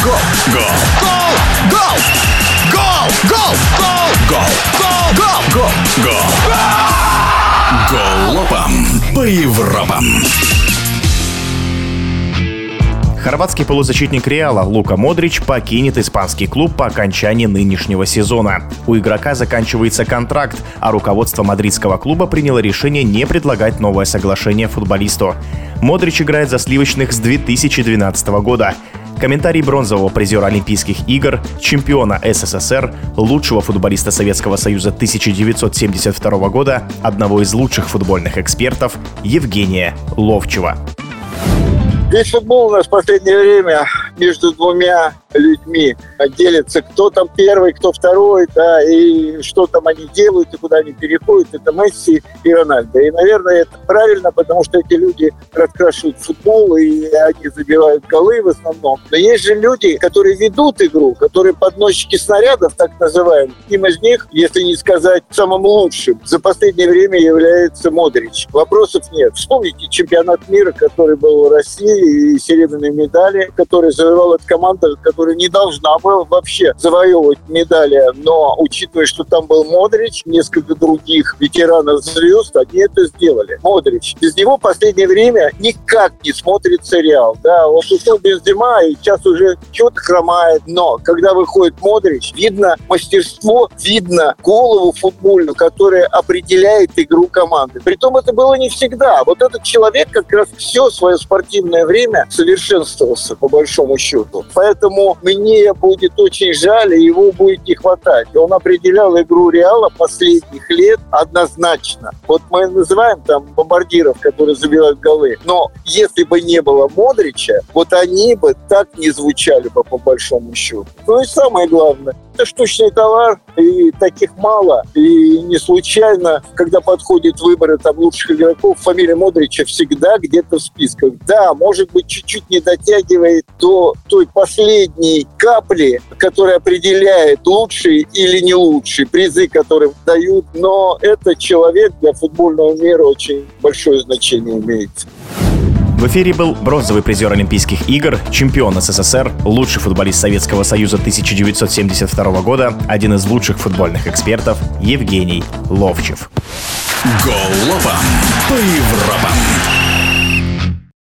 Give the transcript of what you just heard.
Гол! Гол! Гол! Гол! Гол! Гол! Гол! Гол! Гол! Гол! Галопом по Европам! Хорватский полузащитник Реала Лука Модрич покинет испанский клуб по окончании нынешнего сезона. У игрока заканчивается контракт, а руководство мадридского клуба приняло решение не предлагать новое соглашение футболисту. Модрич играет за сливочных с 2012 года. Комментарий бронзового призера Олимпийских игр, чемпиона СССР, лучшего футболиста Советского Союза 1972 года, одного из лучших футбольных экспертов Евгения Ловчева. Весь футбол у нас в последнее время между двумя людьми делится, кто там первый, кто второй, да, и что там они делают, и куда они переходят. Это Месси и Рональдо. И, наверное, это правильно, потому что эти люди раскрашивают футбол, и они забивают голы в основном. Но есть же люди, которые ведут игру, которые подносчики снарядов, так называемые. Одним из них, если не сказать самым лучшим, за последнее время является Модрич. Вопросов нет. Вспомните чемпионат мира, который был в России, и серебряные медали, которые завоевала эта команда, которая не должна была вообще завоевывать медали, но учитывая, что там был Модрич, несколько других ветеранов-звезд, они это сделали. Модрич. Без него в последнее время никак не смотрится Реал. Да, вот ушел Бензема, и сейчас уже что-то хромает, но когда выходит Модрич, видно мастерство, видно голову футбольную, которая определяет игру команды. Притом это было не всегда. Вот этот человек как раз все свое спортивное время совершенствовался, по большому счету. Поэтому мне будет очень жаль, и его будет не хватать. Он определял игру Реала последних лет однозначно. Вот мы называем там бомбардиров, которые забивают голы. Но если бы не было Модрича, вот они бы так не звучали бы, по большому счету. Ну и самое главное, это штучный товар, и таких мало. И не случайно, когда подходят выборы там лучших игроков, фамилия Модрича всегда где-то в списках. Да, может быть, чуть-чуть не дотягивает до той последней капли, которая определяет, лучший или не лучший, призы, которые дают. Но этот человек для футбольного мира очень большое значение имеет. В эфире был бронзовый призер Олимпийских игр, чемпион СССР, лучший футболист Советского Союза 1972 года, один из лучших футбольных экспертов Евгений Ловчев. Галопом по Европам!